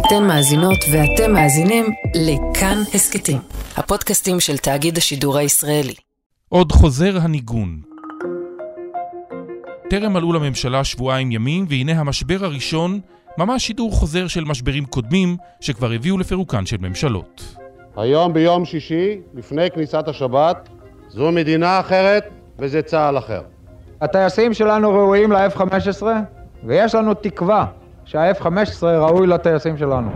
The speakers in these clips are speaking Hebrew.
אתן מאזינות ואתם מאזינים לכאן הסקטים, הפודקאסטים של תאגיד השידור הישראלי. עוד חוזר הניגון. טרם מלאו לממשלה שבועיים ימים, והנה המשבר הראשון, ממש שידור חוזר של משברים קודמים שכבר הביאו לפירוקן של ממשלות. היום ביום שישי, לפני כניסת השבת, זו מדינה אחרת וזה צהל אחר. הטייסים שלנו ראויים ל-F-15, ויש לנו תקווה שה-F-15 ראוי לטייסים שלנו.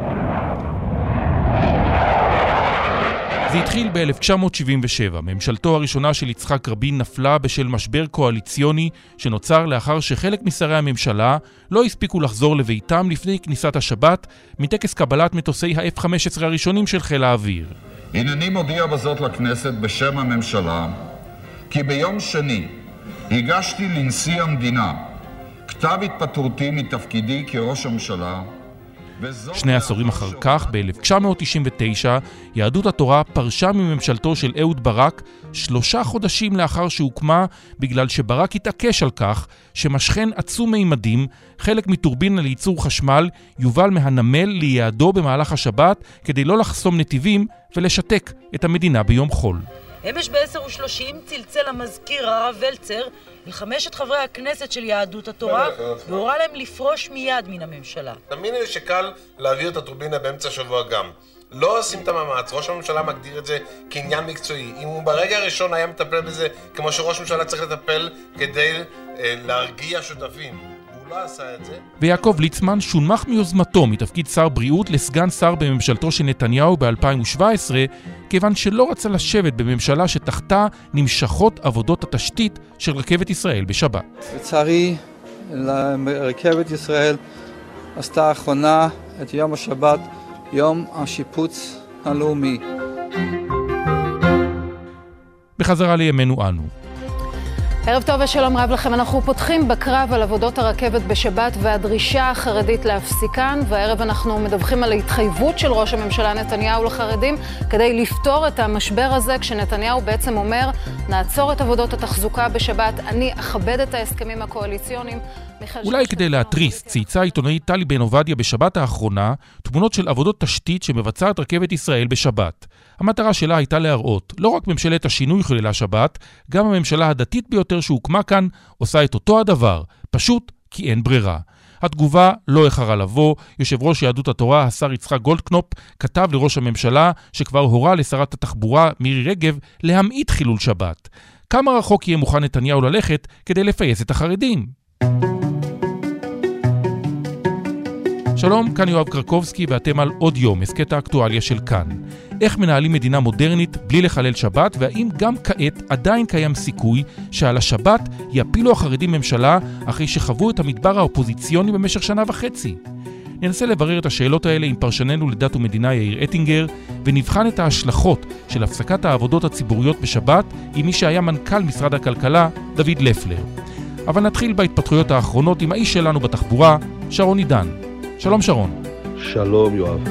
זה התחיל ב-1977. ממשלתו הראשונה של יצחק רבין נפלה בשל משבר קואליציוני שנוצר לאחר שחלק משרי הממשלה לא הספיקו לחזור לביתם לפני כניסת השבת מטקס קבלת מטוסי ה-F-15 הראשונים של חיל האוויר. הנני מודיע בזאת לכנסת בשם הממשלה כי ביום שני הגשתי לנשיא המדינה כתב התפטרותי מתפקידי כראש הממשלה. שני עשורים אחר כך, ב-1999, יהדות התורה פרשה מממשלתו של אהוד ברק 3 חודשים לאחר שהוקמה, בגלל שברק התעקש על כך שמשכן עצום מימדים, חלק מטורבינה לייצור חשמל, יובל מהנמל ליעדו במהלך השבת כדי לא לחסום נתיבים ולשתק את המדינה ביום חול. אמש ב-10:30 צלצל המזכיר הרב ולצר אל 5 חברי הכנסת של יהדות התורה והורה להם לפרוש מיד מן הממשלה. תאמיני לי שקל להעביר את הטורבינה באמצע השבוע גם. לא עושים את המאמץ, ראש הממשלה מגדיר את זה כעניין מקצועי. אם הוא ברגע הראשון היה מטפל בזה כמו שראש הממשלה צריך לטפל כדי להרגיע שותפים, והוא לא עשה את זה. ויעקב ליצמן שונמך מיוזמתו מתפקיד שר בריאות לסגן שר בממשלתו של נתניהו ב-2017, כיוון שלא רצה לשבת בממשלה שתחתה נמשכות עבודות התשתית של רכבת ישראל בשבת. לצערי, רכבת ישראל עשתה האחרונה את יום השבת, יום השיפוץ הלאומי. בחזרה לימינו אנו. ערב טוב ושלום רב לכם. אנחנו פותחים בקרב על עבודות הרכבת בשבת והדרישה החרדית להפסיקן, והערב אנחנו מדווחים על ההתחייבות של ראש הממשלה נתניהו לחרדים כדי לפתור את המשבר הזה, כשנתניהו בעצם אומר נעצור את עבודות התחזוקה בשבת, אני אכבד את ההסכמים הקואליציוניים. אולי כדי להתריס, צייצה עיתונאית טלי בן עובדיה בשבת האחרונה תמונות של עבודות תשתית שמבצעת רכבת ישראל בשבת. המטרה שלה הייתה להראות, לא רק ממשלת השינוי חוללה שבת, גם הממשלה הדתית ביותר שהוקמה כאן עושה את אותו הדבר, פשוט כי אין ברירה. התגובה לא איחרה לבוא. יושב ראש יהדות התורה, השר יצחק גולדקנופ, כתב לראש הממשלה שכבר הורה לשרת התחבורה מירי רגב להמעיט חילול שבת. כמה רחוק יהיה מוכן נתניהו ללכת כדי לפייס את החרדים? שלום, כאן יואב קרקובסקי ואתם על עוד יום, הסקט האקטואליה של כאן. איך מנהלים מדינה מודרנית בלי לחלל שבת, והאם גם כעת עדיין קיים סיכוי שעל השבת יפילו החרדים ממשלה אחרי שחוו את המדבר האופוזיציוני במשך 1.5 שנה? ננסה לברר את השאלות האלה עם פרשננו לדת ומדינה יאיר אטינגר, ונבחן את ההשלכות של הפסקת העבודות הציבוריות בשבת עם מי שהיה מנכ"ל משרד הכלכלה, דוד לפלר. אבל נתחיל בהתפתחויות האחרונות עם האיש שלנו בתחבורה, שרון עידן. שלום שרון. שלום יואב.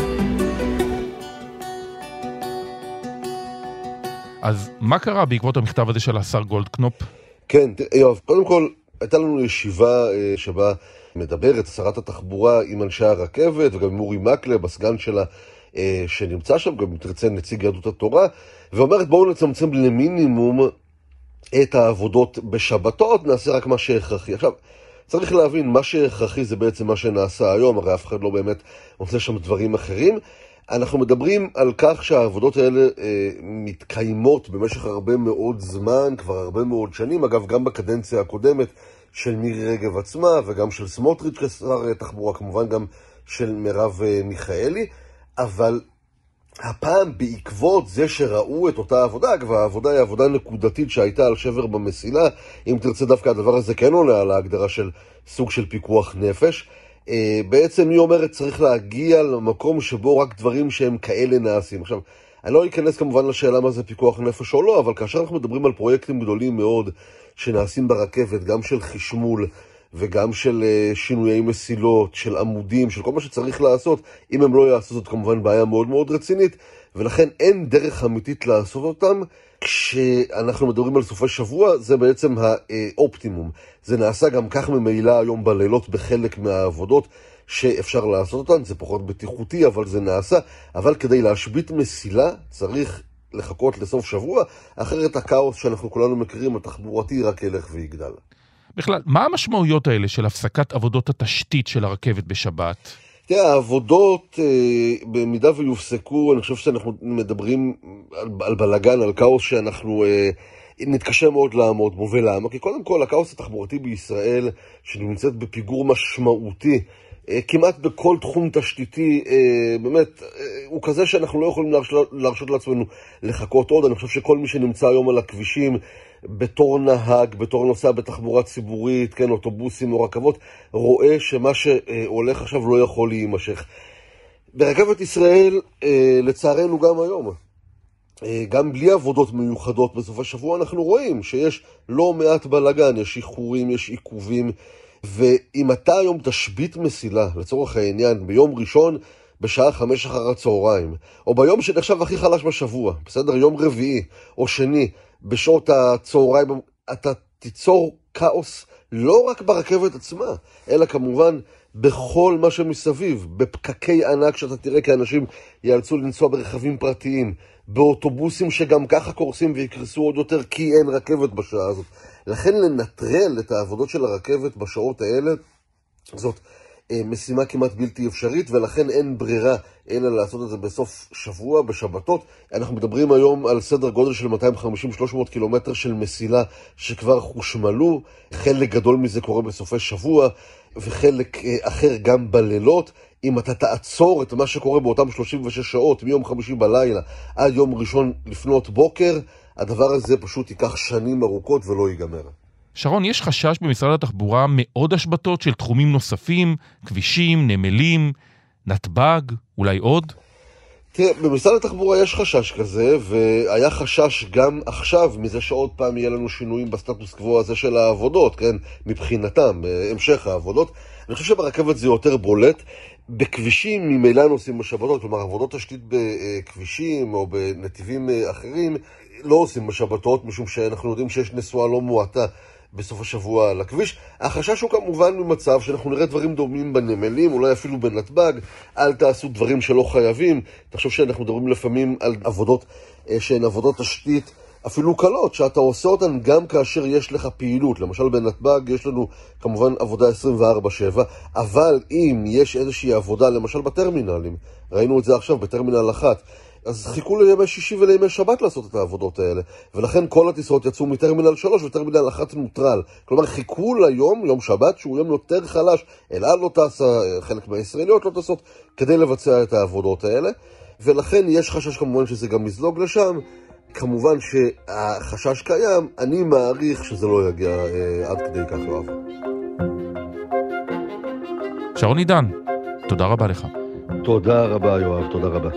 אז מה קרה בעקבות המכתב הזה של השר גולדקנופ? כן, יואב, קודם כל הייתה לנו ישיבה שבה מדברת שרת התחבורה עם אנשי הרכבת וגם עם אורי מקלב, הסגן שלה שנמצא שם, גם תרצה נציג יהדות התורה, ואומרת בואו נצמצם למינימום את העבודות בשבתות, נעשה רק מה שהכרחי. עכשיו, צריך להבין, מה שהכרחי זה בעצם מה שנעשה היום, הרי אף אחד לא באמת עושה שם דברים אחרים. אנחנו מדברים על כך שהעבודות האלה מתקיימות במשך הרבה מאוד זמן, כבר הרבה מאוד שנים, אגב גם בקדנציה הקודמת של מירי רגב עצמה, וגם של סמוטריץ' כשר תחבורה, כמובן גם של מרב מיכאלי, אבל הפעם בעקבות זה שראו את אותה עבודה, כבר העבודה היא עבודה נקודתית שהייתה על שבר במסילה, אם תרצה דווקא הדבר הזה כן עולה על ההגדרה של סוג של פיקוח נפש, בעצם היא אומרת צריך להגיע למקום שבו רק דברים שהם כאלה נעשים. עכשיו, אני לא אכנס כמובן לשאלה מה זה פיקוח נפש או לא, אבל כאשר אנחנו מדברים על פרויקטים גדולים מאוד שנעשים ברכבת, גם של חשמול וגם של שינויי מסילות, של עמודים, של כל מה שצריך לעשות, אם הם לא יעשו זאת כמובן בעיה מאוד מאוד רצינית, ולכן אין דרך אמיתית לעשות אותם. כשאנחנו מדברים על סופי שבוע, זה בעצם האופטימום. זה נעשה גם כך ממילא היום בלילות בחלק מהעבודות שאפשר לעשות אותן, זה פחות בטיחותי, אבל זה נעשה. אבל כדי להשבית מסילה צריך לחכות לסוף שבוע, אחרת הכאוס שאנחנו כולנו מכירים, התחבורתי, רק ילך ויגדל. בכלל, מה המשמעויות האלה של הפסקת עבודות התשתית של הרכבת בשבת? תראה, העבודות, במידה ויופסקו, אני חושב שאנחנו מדברים על בלגן, על כאוס שאנחנו נתקשה מאוד לעמוד בו. ולמה? כי קודם כל, הכאוס התחבורתי בישראל, שנמצאת בפיגור משמעותי, כמעט בכל תחום תשתיתי, באמת, הוא כזה שאנחנו לא יכולים להרשות לעצמנו לחכות עוד. אני חושב שכל מי שנמצא היום על הכבישים, בתור נהג, בתור נוסע בתחבורה ציבורית, כן, אוטובוסים או רכבות, רואה שמה שהולך עכשיו לא יכול להימשך. ברכבת ישראל, לצערנו גם היום, גם בלי עבודות מיוחדות בסוף השבוע, אנחנו רואים שיש לא מעט בלגן, יש איחורים, יש עיכובים, ואם אתה היום תשבית מסילה, לצורך העניין, ביום ראשון, בשעה 5 אחר הצהריים, או ביום שנחשב הכי חלש בשבוע, בסדר, יום רביעי או שני, בשעות הצהריים, אתה תיצור כאוס לא רק ברכבת עצמה, אלא כמובן בכל מה שמסביב, בפקקי ענק שאתה תראה כי אנשים יאלצו לנסוע ברכבים פרטיים, באוטובוסים שגם ככה קורסים ויקרסו עוד יותר כי אין רכבת בשעה הזאת. לכן לנטרל את העבודות של הרכבת בשעות האלה, זאת משימה כמעט בלתי אפשרית, ולכן אין ברירה אלא לעשות את זה בסוף שבוע, בשבתות. אנחנו מדברים היום על סדר גודל של 250-300 קילומטר של מסילה שכבר חושמלו, חלק גדול מזה קורה בסופי שבוע, וחלק אחר גם בלילות. אם אתה תעצור את מה שקורה באותם 36 שעות, מיום חמישי בלילה עד יום ראשון לפנות בוקר, הדבר הזה פשוט ייקח שנים ארוכות ולא ייגמר. שרון, יש חשש במשרד התחבורה מאוד השבתות של תחומים נוספים, כבישים, נמלים, נתב"ג, אולי עוד? תראה, במשרד התחבורה יש חשש כזה, והיה חשש גם עכשיו, מזה שעוד פעם יהיה לנו שינויים בסטטוס קוו הזה של העבודות, כן? מבחינתם, המשך העבודות. אני חושב שברכבת זה יותר בולט. בכבישים ממילא נוסעים בשבתות, כלומר עבודות תשתית בכבישים או בנתיבים אחרים לא עושים בשבתות, משום שאנחנו יודעים שיש נסועה לא מועטה בסוף השבוע על הכביש. החשש הוא כמובן ממצב שאנחנו נראה דברים דומים בנמלים, אולי אפילו בנתב"ג. אל תעשו דברים שלא חייבים. תחשוב שאנחנו מדברים לפעמים על עבודות שהן עבודות תשתית אפילו קלות, שאתה עושה אותן גם כאשר יש לך פעילות. למשל בנתב"ג יש לנו כמובן עבודה 24/7, אבל אם יש איזושהי עבודה, למשל בטרמינלים, ראינו את זה עכשיו בטרמינל 1, אז חיכו לימי שישי ולימי שבת לעשות את העבודות האלה, ולכן כל הטיסות יצאו מטרמינל 3 וטרמינל 1 נוטרל. כלומר חיכו ליום, יום שבת, שהוא יום יותר חלש, אל על לא טסה, חלק מהישראליות לא טסות, כדי לבצע את העבודות האלה, ולכן יש חשש כמובן שזה גם מזלוג לשם. כמובן שהחשש קיים, אני מעריך שזה לא יגיע עד כדי כך יואב. שרון עידן, תודה רבה לך. תודה רבה יואב, תודה רבה.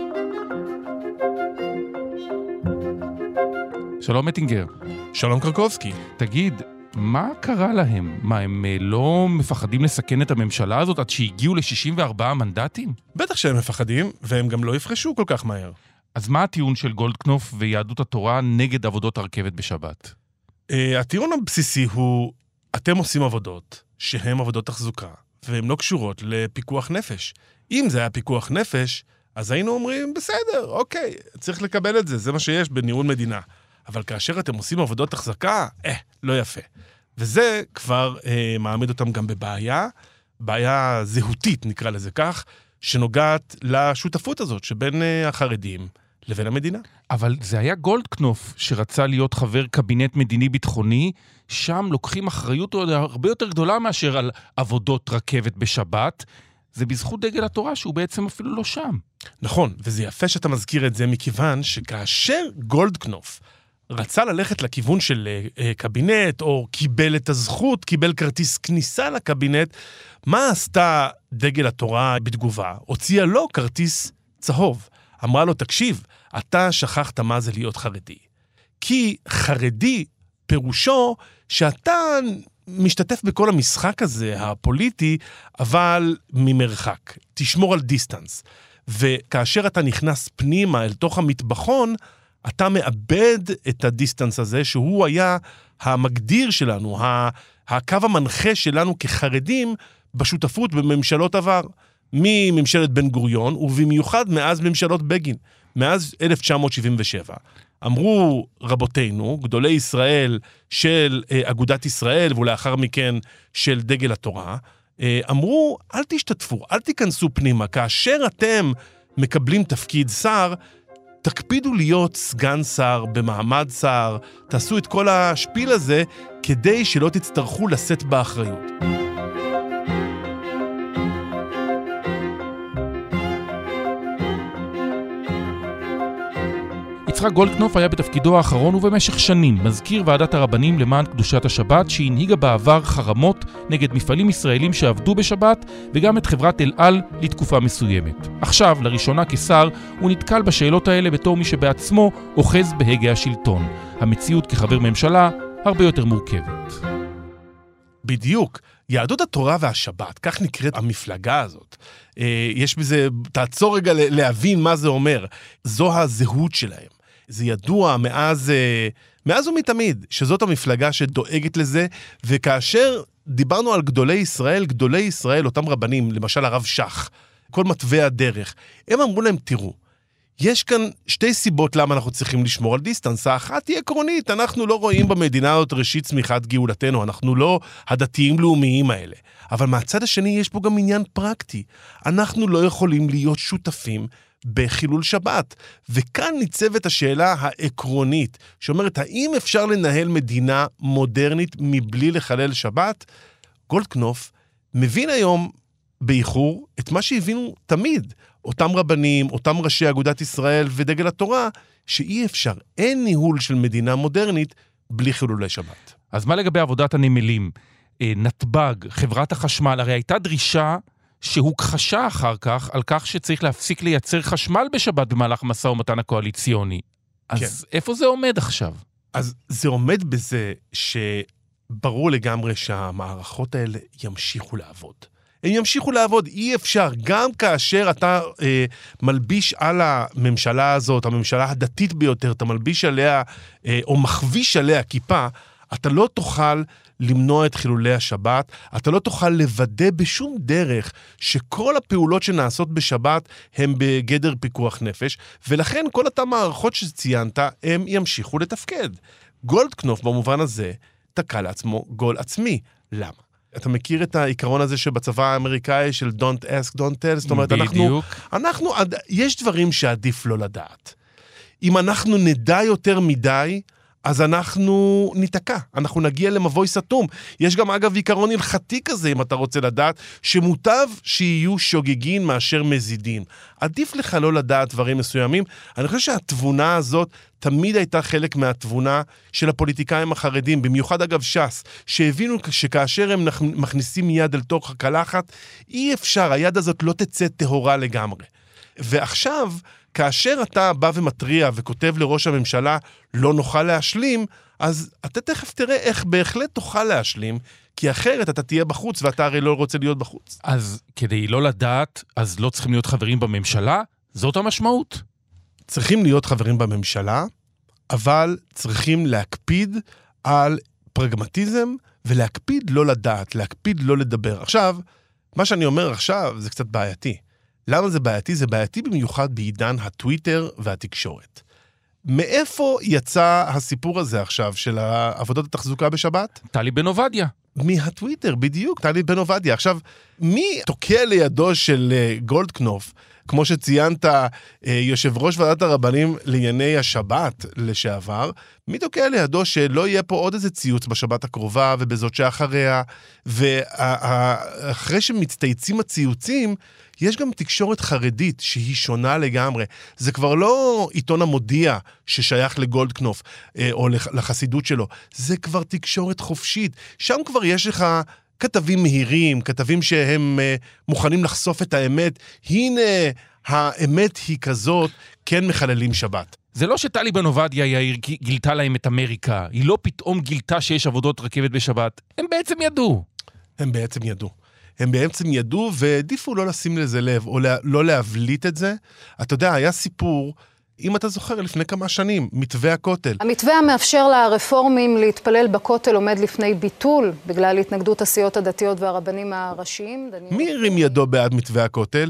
שלום מטינגר. שלום קרקובסקי. תגיד, מה קרה להם? מה, הם לא מפחדים לסכן את הממשלה הזאת עד שהגיעו ל-64 מנדטים? בטח שהם מפחדים, והם גם לא יפרשו כל כך מהר. אז מה הטיעון של גולדקנופ ויהדות התורה נגד עבודות הרכבת בשבת? הטיעון הבסיסי הוא, אתם עושים עבודות שהן עבודות תחזוקה, והן לא קשורות לפיקוח נפש. אם זה היה פיקוח נפש, אז היינו אומרים, בסדר, אוקיי, צריך לקבל את זה, זה מה שיש בניהול מדינה. אבל כאשר אתם עושים עבודות תחזקה, לא יפה. וזה כבר מעמיד אותם גם בבעיה, בעיה זהותית נקרא לזה כך, שנוגעת לשותפות הזאת שבין החרדים לבין המדינה. אבל זה היה גולדקנופ שרצה להיות חבר קבינט מדיני-ביטחוני, שם לוקחים אחריות הרבה יותר גדולה מאשר על עבודות רכבת בשבת. זה בזכות דגל התורה שהוא בעצם אפילו לא שם. נכון, וזה יפה שאתה מזכיר את זה מכיוון שכאשר גולדקנופ רצה ללכת לכיוון של קבינט, או קיבל את הזכות, קיבל כרטיס כניסה לקבינט, מה עשתה דגל התורה בתגובה? הוציאה לו כרטיס צהוב. אמרה לו, תקשיב, אתה שכחת מה זה להיות חרדי. כי חרדי פירושו שאתה משתתף בכל המשחק הזה, הפוליטי, אבל ממרחק. תשמור על דיסטנס. וכאשר אתה נכנס פנימה אל תוך המטבחון, אתה מאבד את הדיסטנס הזה, שהוא היה המגדיר שלנו, הקו המנחה שלנו כחרדים בשותפות בממשלות עבר. מממשלת בן גוריון, ובמיוחד מאז ממשלות בגין, מאז 1977. אמרו רבותינו, גדולי ישראל של אגודת ישראל, ולאחר מכן של דגל התורה, אמרו, אל תשתתפו, אל תיכנסו פנימה, כאשר אתם מקבלים תפקיד שר, תקפידו להיות סגן שר, במעמד שר, תעשו את כל השפיל הזה, כדי שלא תצטרכו לשאת באחריות. יצחק גולדקנופ היה בתפקידו האחרון ובמשך שנים מזכיר ועדת הרבנים למען קדושת השבת, שהנהיגה בעבר חרמות נגד מפעלים ישראלים שעבדו בשבת, וגם את חברת אל על לתקופה מסוימת. עכשיו, לראשונה כשר, הוא נתקל בשאלות האלה בתור מי שבעצמו אוחז בהגה השלטון. המציאות כחבר ממשלה הרבה יותר מורכבת. בדיוק. יהדות התורה והשבת, כך נקראת המפלגה הזאת. יש בזה, תעצור רגע להבין מה זה אומר. זו הזהות שלהם. זה ידוע מאז ומתמיד, שזאת המפלגה שדואגת לזה, וכאשר דיברנו על גדולי ישראל, אותם רבנים, למשל הרב שך, כל מטבע הדרך, הם אמרו להם, תראו, יש כאן שתי סיבות למה אנחנו צריכים לשמור על דיסטנס. האחת היא עקרונית, אנחנו לא רואים במדינה הזאת ראשית צמיחת גאולתנו, אנחנו לא הדתיים לאומיים האלה. אבל מהצד השני יש פה גם עניין פרקטי. אנחנו לא יכולים להיות שותפים בחילול שבת. וכאן ניצבת השאלה העקרונית, שאומרת, האם אפשר לנהל מדינה מודרנית מבלי לחלל שבת? גולדקנופ מבין היום באיחור את מה שהבינו תמיד, אותם רבנים, אותם ראשי אגודת ישראל ודגל התורה, שאי אפשר, אין ניהול של מדינה מודרנית בלי חילולי שבת. אז מה לגבי עבודת הנמלים? נתב"ג, חברת החשמל, הרי הייתה דרישה שהוכחשה אחר כך על כך שצריך להפסיק לייצר חשמל בשבת במהלך משא ומתן הקואליציוני. אז כן. איפה זה עומד עכשיו? אז זה עומד בזה שברור לגמרי שהמערכות האלה ימשיכו לעבוד. הם ימשיכו לעבוד, אי אפשר, גם כאשר אתה מלביש על הממשלה הזאת, הממשלה הדתית ביותר, אתה מלביש עליה, או מחביש עליה כיפה, אתה לא תוכל למנוע את חילולי השבת, אתה לא תוכל לוודא בשום דרך שכל הפעולות שנעשות בשבת הם בגדר פיקוח נפש, ולכן כל אותם מערכות שציינת, הם ימשיכו לתפקד. גולדקנופ במובן הזה תקע לעצמו גול עצמי. למה? אתה מכיר את העיקרון הזה שבצבא האמריקאי של don't ask, don't tell? זאת אומרת, יש דברים שעדיף לא לדעת. אם אנחנו נדע יותר מדי, אז אנחנו ניתקע, אנחנו נגיע למבוי סתום. יש גם אגב עיקרון הלכתי כזה, אם אתה רוצה לדעת, שמוטב שיהיו שוגגין מאשר מזידין. עדיף לך לא לדעת דברים מסוימים. אני חושב שהתבונה הזאת תמיד הייתה חלק מהתבונה של הפוליטיקאים החרדים, במיוחד אגב ש"ס, שהבינו שכאשר הם מכניסים יד אל תוך הקלחת, אי אפשר, היד הזאת לא תצא טהורה לגמרי. ועכשיו, כאשר אתה בא ומטריע וכותב לראש הממשלה לא נוכל להשלים, אז אתה תכף תראה איך בהחלט תוכל להשלים, כי אחרת אתה תהיה בחוץ ואתה הרי לא רוצה להיות בחוץ. אז כדי לא לדעת, אז לא צריכים להיות חברים בממשלה? זאת המשמעות? צריכים להיות חברים בממשלה, אבל צריכים להקפיד על פרגמטיזם, ולהקפיד לא לדעת, להקפיד לא לדבר. עכשיו, מה שאני אומר עכשיו זה קצת בעייתי. למה זה בעייתי? זה בעייתי במיוחד בעידן הטוויטר והתקשורת. מאיפה יצא הסיפור הזה עכשיו של עבודות התחזוקה בשבת? טלי בן עובדיה. מהטוויטר, בדיוק, טלי בן עובדיה. עכשיו, מי תוקע לידו של גולדקנופ, כמו שציינת, יושב ראש ועדת הרבנים לענייני השבת לשעבר, מי תוקע לידו שלא יהיה פה עוד איזה ציוץ בשבת הקרובה ובזאת שאחריה, ואחרי שמצטייצים הציוצים, יש גם תקשורת חרדית שהיא שונה לגמרי. זה כבר לא עיתון המודיע ששייך לגולדקנופ או לחסידות שלו. זה כבר תקשורת חופשית. שם כבר יש לך כתבים מהירים, כתבים שהם מוכנים לחשוף את האמת. הנה, האמת היא כזאת, כן מחללים שבת. זה לא שטלי בן עובדיה יאיר גילתה להם את אמריקה. היא לא פתאום גילתה שיש עבודות רכבת בשבת. הם בעצם ידעו. הם בעצם ידעו ועדיפו לא לשים לזה לב, או לא להבליט את זה. אתה יודע, היה סיפור אם אתה זוכר, לפני כמה שנים, מתווה הכותל. המתווה המאפשר לרפורמים להתפלל בכותל עומד לפני ביטול, בגלל התנגדות הסיעות הדתיות והרבנים הראשיים. מי הרים ידו בעד מתווה הכותל?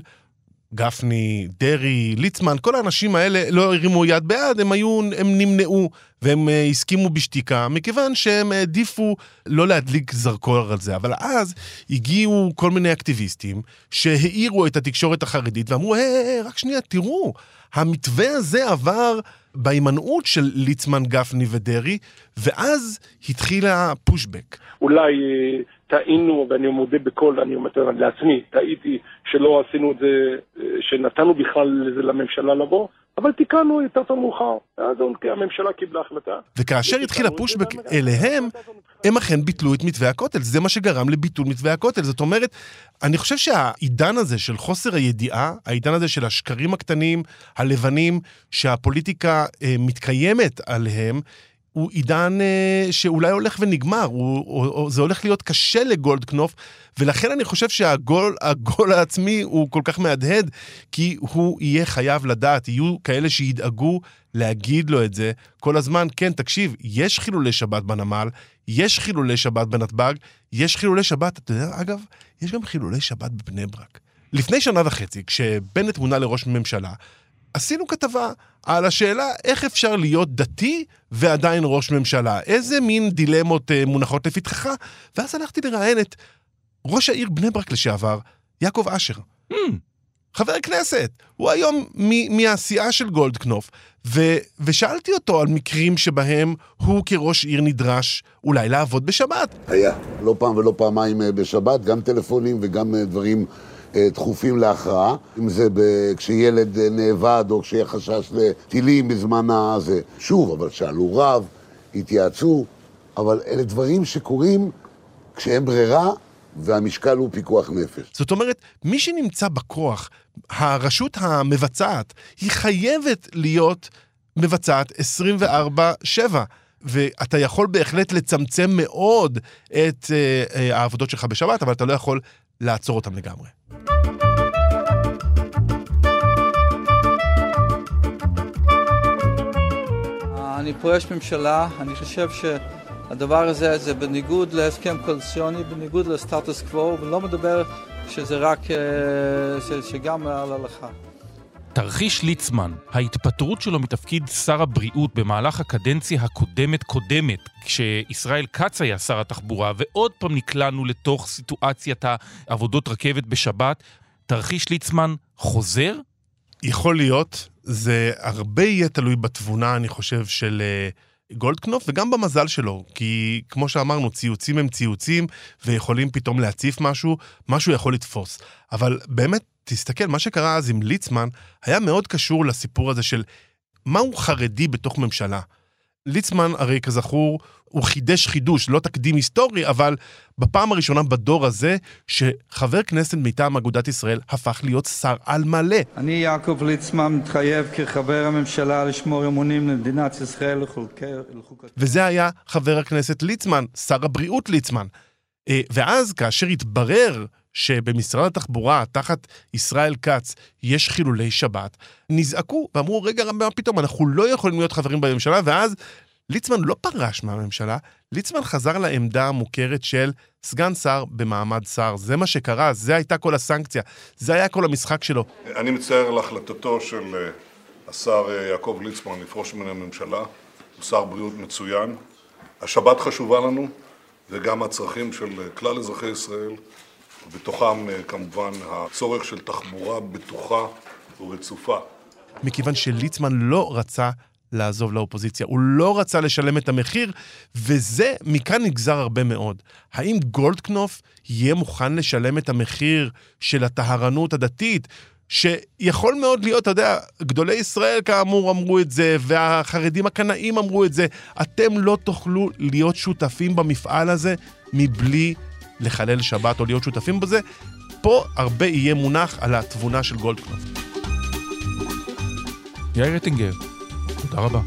גפני, דרי, ליצמן, כל האנשים האלה לא הרימו יד בעד, הם נמנעו והם הסכימו בשתיקה, מכיוון שהם העדיפו לא להדליק זרקור על זה. אבל אז הגיעו כל מיני אקטיביסטים שהעירו את התקשורת החרדית ואמרו, רק שנייה, תראו, המתווה הזה עבר בהימנעות של ליצמן, גפני ודרי, ואז התחילה פושבק. אולי טעינו, ואני מודה בכל, אני אומר לעצמי, טעיתי שלא עשינו את זה, שנתנו בכלל לזה לממשלה לבוא, אבל תיקנו יותר מאוחר. אז הממשלה קיבלה החלטה. וכאשר התחילה פושבק אליהם, הם אכן ביטלו את מתווה הכותל. זה מה שגרם לביטול מתווה הכותל. זאת אומרת, אני חושב שהעידן הזה של חוסר הידיעה, העידן הזה של השקרים הקטנים, הלבנים, שהפוליטיקה מתקיימת עליהם, הוא עידן שאולי הולך ונגמר, זה הולך להיות קשה לגולדקנופ, ולכן אני חושב שהגול העצמי הוא כל כך מהדהד, כי הוא יהיה חייב לדעת, יהיו כאלה שידאגו להגיד לו את זה כל הזמן. כן, תקשיב, יש חילולי שבת בנמל, יש חילולי שבת בנתב"ג, יש חילולי שבת, אתה יודע, אגב, יש גם חילולי שבת בבני ברק. לפני שנה וחצי, כשבנט מונה לראש ממשלה, עשינו כתבה על השאלה איך אפשר להיות דתי ועדיין ראש ממשלה. איזה מין דילמות מונחות לפתחך? ואז הלכתי לראיין את ראש העיר בני ברק לשעבר, יעקב אשר. חבר הכנסת. הוא היום מהסיעה של גולדקנופ, ושאלתי אותו על מקרים שבהם הוא כראש עיר נדרש אולי לעבוד בשבת. היה, לא פעם ולא פעמיים בשבת, גם טלפונים וגם דברים דחופים להכרעה, אם זה כשילד נאבד או כשיהיה חשש לטילים בזמן הזה. שוב, אבל שאלו רב, התייעצו, אבל אלה דברים שקורים כשאין ברירה והמשקל הוא פיקוח נפש. זאת אומרת, מי שנמצא בכוח, הרשות המבצעת, היא חייבת להיות מבצעת 24/7. ואתה יכול בהחלט לצמצם מאוד את העבודות שלך בשבת, אבל אתה לא יכול לעצור אותם לגמרי. אני פורש ממשלה, אני חושב שהדבר הזה זה בניגוד להסכם קואליציוני, בניגוד לסטטוס קוו, ולא מדבר שזה רק, שגם על ההלכה. תרחיש ליצמן, ההתפטרות שלו מתפקיד שר הבריאות במהלך הקדנציה הקודמת, כשישראל כץ היה שר התחבורה, ועוד פעם נקלענו לתוך סיטואציית העבודות רכבת בשבת, תרחיש ליצמן חוזר? יכול להיות, זה הרבה יהיה תלוי בתבונה, אני חושב, של גולדקנופ, וגם במזל שלו, כי כמו שאמרנו, ציוצים הם ציוצים, ויכולים פתאום להציף משהו יכול לתפוס. אבל באמת, תסתכל, מה שקרה אז עם ליצמן, היה מאוד קשור לסיפור הזה של מהו חרדי בתוך ממשלה. ליצמן, הרי כזכור, הוא חידש חידוש, לא תקדים היסטורי, אבל בפעם הראשונה בדור הזה, שחבר כנסת מטעם אגודת ישראל הפך להיות שר על מלא. אני יעקב ליצמן מתחייב כחבר הממשלה לשמור אמונים למדינת ישראל לחוקה. וזה היה חבר הכנסת ליצמן, שר הבריאות ליצמן. ואז כאשר התברר שבמשרד התחבורה, תחת ישראל כץ, יש חילולי שבת, נזעקו ואמרו, רגע, מה פתאום, אנחנו לא יכולים להיות חברים בממשלה, ואז ליצמן לא פרש מהממשלה, ליצמן חזר לעמדה המוכרת של סגן שר במעמד שר. זה מה שקרה, זה הייתה כל הסנקציה, זה היה כל המשחק שלו. אני מצטער על החלטתו של השר יעקב ליצמן לפרוש מן הממשלה, הוא שר בריאות מצוין. השבת חשובה לנו, וגם הצרכים של כלל אזרחי ישראל, ובתוכם כמובן הצורך של תחבורה בטוחה ורצופה. מכיוון שליצמן לא רצה לעזוב לאופוזיציה, הוא לא רצה לשלם את המחיר, וזה מכאן נגזר הרבה מאוד. האם גולדקנופ יהיה מוכן לשלם את המחיר של הטהרנות הדתית, שיכול מאוד להיות, אתה יודע, גדולי ישראל כאמור אמרו את זה, והחרדים הקנאים אמרו את זה, אתם לא תוכלו להיות שותפים במפעל הזה, מבלי לחלל שבת או להיות שותפים בזה. פה הרבה יהיה מונח על התבונה של גולדקנופ. יאיר אטינגר, תודה רבה.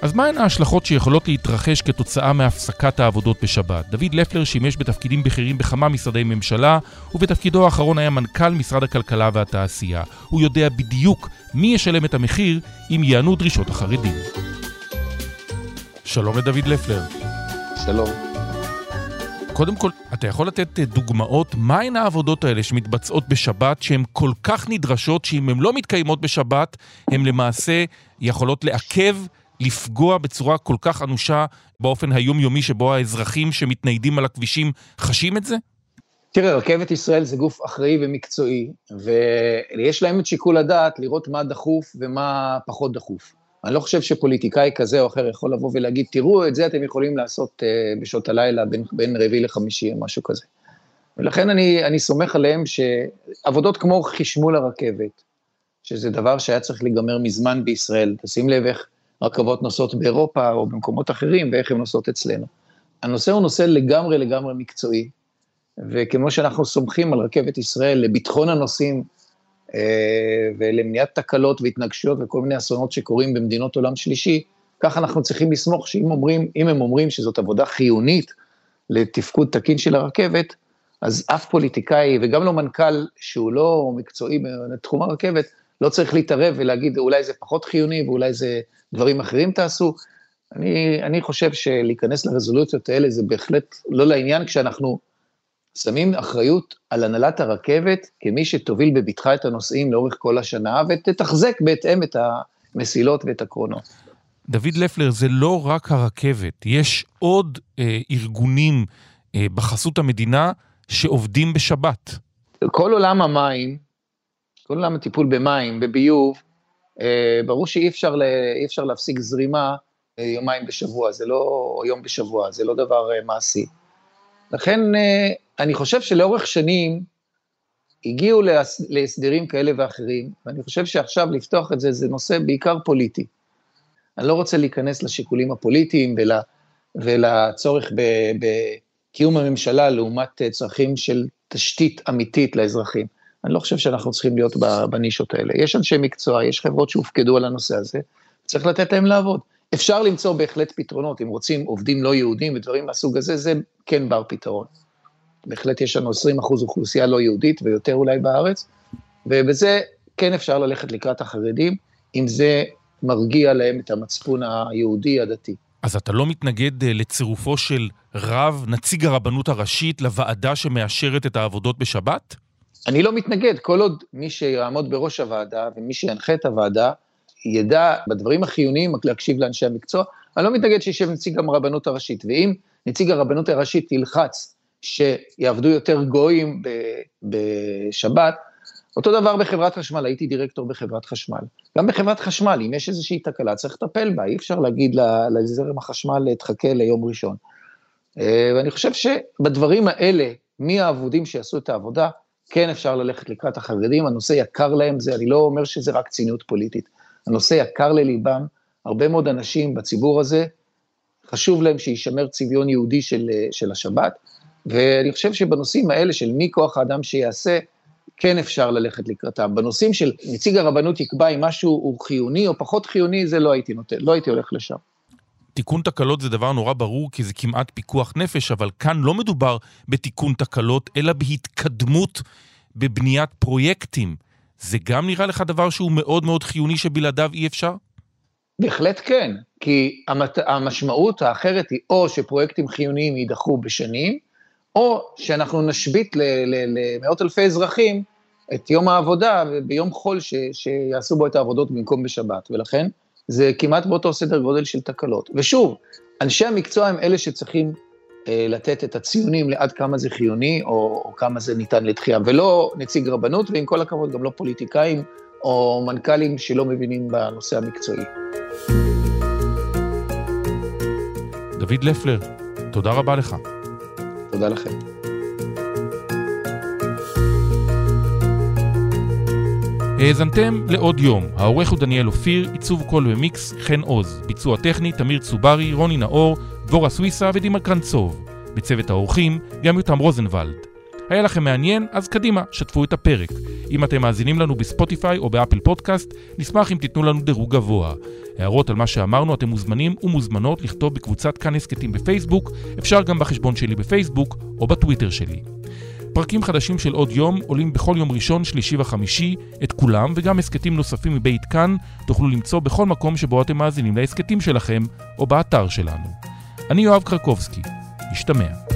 אז מהן ההשלכות שיכולות להתרחש כתוצאה מהפסקת העבודות בשבת? דוד לפלר שימש בתפקידים בכירים בכמה משרדי ממשלה, ובתפקידו האחרון היה מנכ"ל משרד הכלכלה והתעשייה. הוא יודע בדיוק מי ישלם את המחיר אם יענו דרישות החרדים. שלום לדוד לפלר. שלום. קודם כל, אתה יכול לתת דוגמאות מהן העבודות האלה שמתבצעות בשבת, שהן כל כך נדרשות, שאם הן לא מתקיימות בשבת, הן למעשה יכולות לעכב, לפגוע בצורה כל כך אנושה באופן היומיומי שבו האזרחים שמתניידים על הכבישים חשים את זה? תראה, רכבת ישראל זה גוף אחראי ומקצועי, ויש להם את שיקול הדעת לראות מה דחוף ומה פחות דחוף. אני לא חושב שפוליטיקאי כזה או אחר יכול לבוא ולהגיד, תראו, את זה אתם יכולים לעשות בשעות הלילה בין רביעי לחמישי או משהו כזה. ולכן אני סומך עליהם שעבודות כמו חשמול הרכבת, שזה דבר שהיה צריך להיגמר מזמן בישראל, תשים לב איך רכבות נוסעות באירופה או במקומות אחרים, ואיך הן נוסעות אצלנו. הנושא הוא נושא לגמרי מקצועי, וכמו שאנחנו סומכים על רכבת ישראל לביטחון הנוסעים, ולמניעת תקלות והתנגשויות וכל מיני אסונות שקורים במדינות עולם שלישי, כך אנחנו צריכים לסמוך שאם הם אומרים שזאת עבודה חיונית לתפקוד תקין של הרכבת, אז אף פוליטיקאי וגם לא מנכ"ל שהוא לא מקצועי בתחום הרכבת, לא צריך להתערב ולהגיד אולי זה פחות חיוני ואולי זה דברים אחרים תעשו. אני חושב שלהיכנס לרזולוציות האלה זה בהחלט לא לעניין, כשאנחנו שמים אחריות על הנהלת הרכבת כמי שתוביל בביטחה את הנוסעים לאורך כל השנה, ותתחזק בהתאם את המסילות ואת הקרונות. דוד לפלר, זה לא רק הרכבת, יש עוד ארגונים בחסות המדינה שעובדים בשבת. כל עולם המים, כל עולם הטיפול במים, בביוב, ברור שאי אפשר להפסיק זרימה יומיים בשבוע, זה לא יום בשבוע, זה לא דבר מעשי. לכן אני חושב שלאורך שנים הגיעו להסדרים כאלה ואחרים, ואני חושב שעכשיו לפתוח את זה, זה נושא בעיקר פוליטי. אני לא רוצה להיכנס לשיקולים הפוליטיים ולצורך בקיום הממשלה לעומת צרכים של תשתית אמיתית לאזרחים. אני לא חושב שאנחנו צריכים להיות בנישות האלה. יש אנשי מקצוע, יש חברות שהופקדו על הנושא הזה, צריך לתת להם לעבוד. אפשר למצוא בהחלט פתרונות, אם רוצים עובדים לא יהודים ודברים מהסוג הזה, זה כן בר פתרון. בהחלט יש לנו 20% אוכלוסייה לא יהודית ויותר אולי בארץ, ובזה כן אפשר ללכת לקראת החרדים, אם זה מרגיע להם את המצפון היהודי הדתי. אז אתה לא מתנגד לצירופו של רב, נציג הרבנות הראשית, לוועדה שמאשרת את העבודות בשבת? אני לא מתנגד, כל עוד מי שיעמוד בראש הוועדה ומי שינחה את הוועדה, ידע בדברים החיוניים להקשיב לאנשי המקצוע. אני לא מתנגד שישב נציג הרבנות הראשית, ואם נציג הרבנות הראשית ילחץ שיעבדו יותר גויים בשבת, אותו דבר בחברת חשמל, הייתי דירקטור בחברת חשמל. גם בחברת חשמל, אם יש איזושהי תקלה, צריך לטפל בה, אי אפשר להגיד לזרם החשמל להתחכה ליום ראשון. ואני חושב שבדברים האלה, מי העבודים שיעשו את העבודה, כן אפשר ללכת לקראת החרדים, הנושא יקר להם, אני לא אומר שזה רק ציניות פוליטית, הנושא יקר לליבם, הרבה מאוד אנשים בציבור הזה, חשוב להם שישמר צביון יהודי של השבת, ואני חושב שבנושאים האלה של מי כוח האדם שיעשה, כן אפשר ללכת לקראתם. בנושאים של נציג הרבנות יקבע אם משהו הוא חיוני או פחות חיוני, זה לא הייתי הולך לשם. תיקון תקלות זה דבר נורא ברור, כי זה כמעט פיקוח נפש, אבל כאן לא מדובר בתיקון תקלות, אלא בהתקדמות בבניית פרויקטים. זה גם נראה לך דבר שהוא מאוד מאוד חיוני שבלעדיו אי אפשר? בהחלט כן, כי המשמעות האחרת היא או שפרויקטים חיוניים יידחו בשנים, או שאנחנו נשבית למאות אלפי אזרחים את יום העבודה ביום חול שיעשו בו את העבודות במקום בשבת, ולכן זה כמעט באותו סדר גודל של תקלות. ושוב, אנשי המקצוע הם אלה שצריכים לתת את הציונים לעד כמה זה חיוני או כמה זה ניתן לדחייה, ולא נציג רבנות, ועם כל הכבוד גם לא פוליטיקאים או מנכ"לים שלא מבינים בנושא המקצועי. דוד לפלר, תודה רבה לך. תודה לכם. האזנתם לעוד יום. העורך הוא דניאל אופיר, עיצוב קול ומיקס חן עוז, ביצוע טכני תמיר צוברי, רוני נאור, דבורה סוויסה ודימה קרנצוב. בצוות האורחים גם יותם רוזנבלד. היה לכם מעניין? אז קדימה, שתפו את הפרק. אם אתם מאזינים לנו בספוטיפיי או באפל פודקאסט, נשמח אם תיתנו לנו דירוג גבוה. הערות על מה שאמרנו אתם מוזמנים ומוזמנות לכתוב בקבוצת כאן הסקטים בפייסבוק, אפשר גם בחשבון שלי בפייסבוק או בטוויטר שלי. פרקים חדשים של עוד יום עולים בכל יום ראשון, שלישי וחמישי, את כולם וגם הסקטים נוספים מבית כאן תוכלו למצוא בכל מקום שבו אתם מאזינים להסקטים שלכם או באתר שלנו. אני יואב קרקובסקי, נשתמע.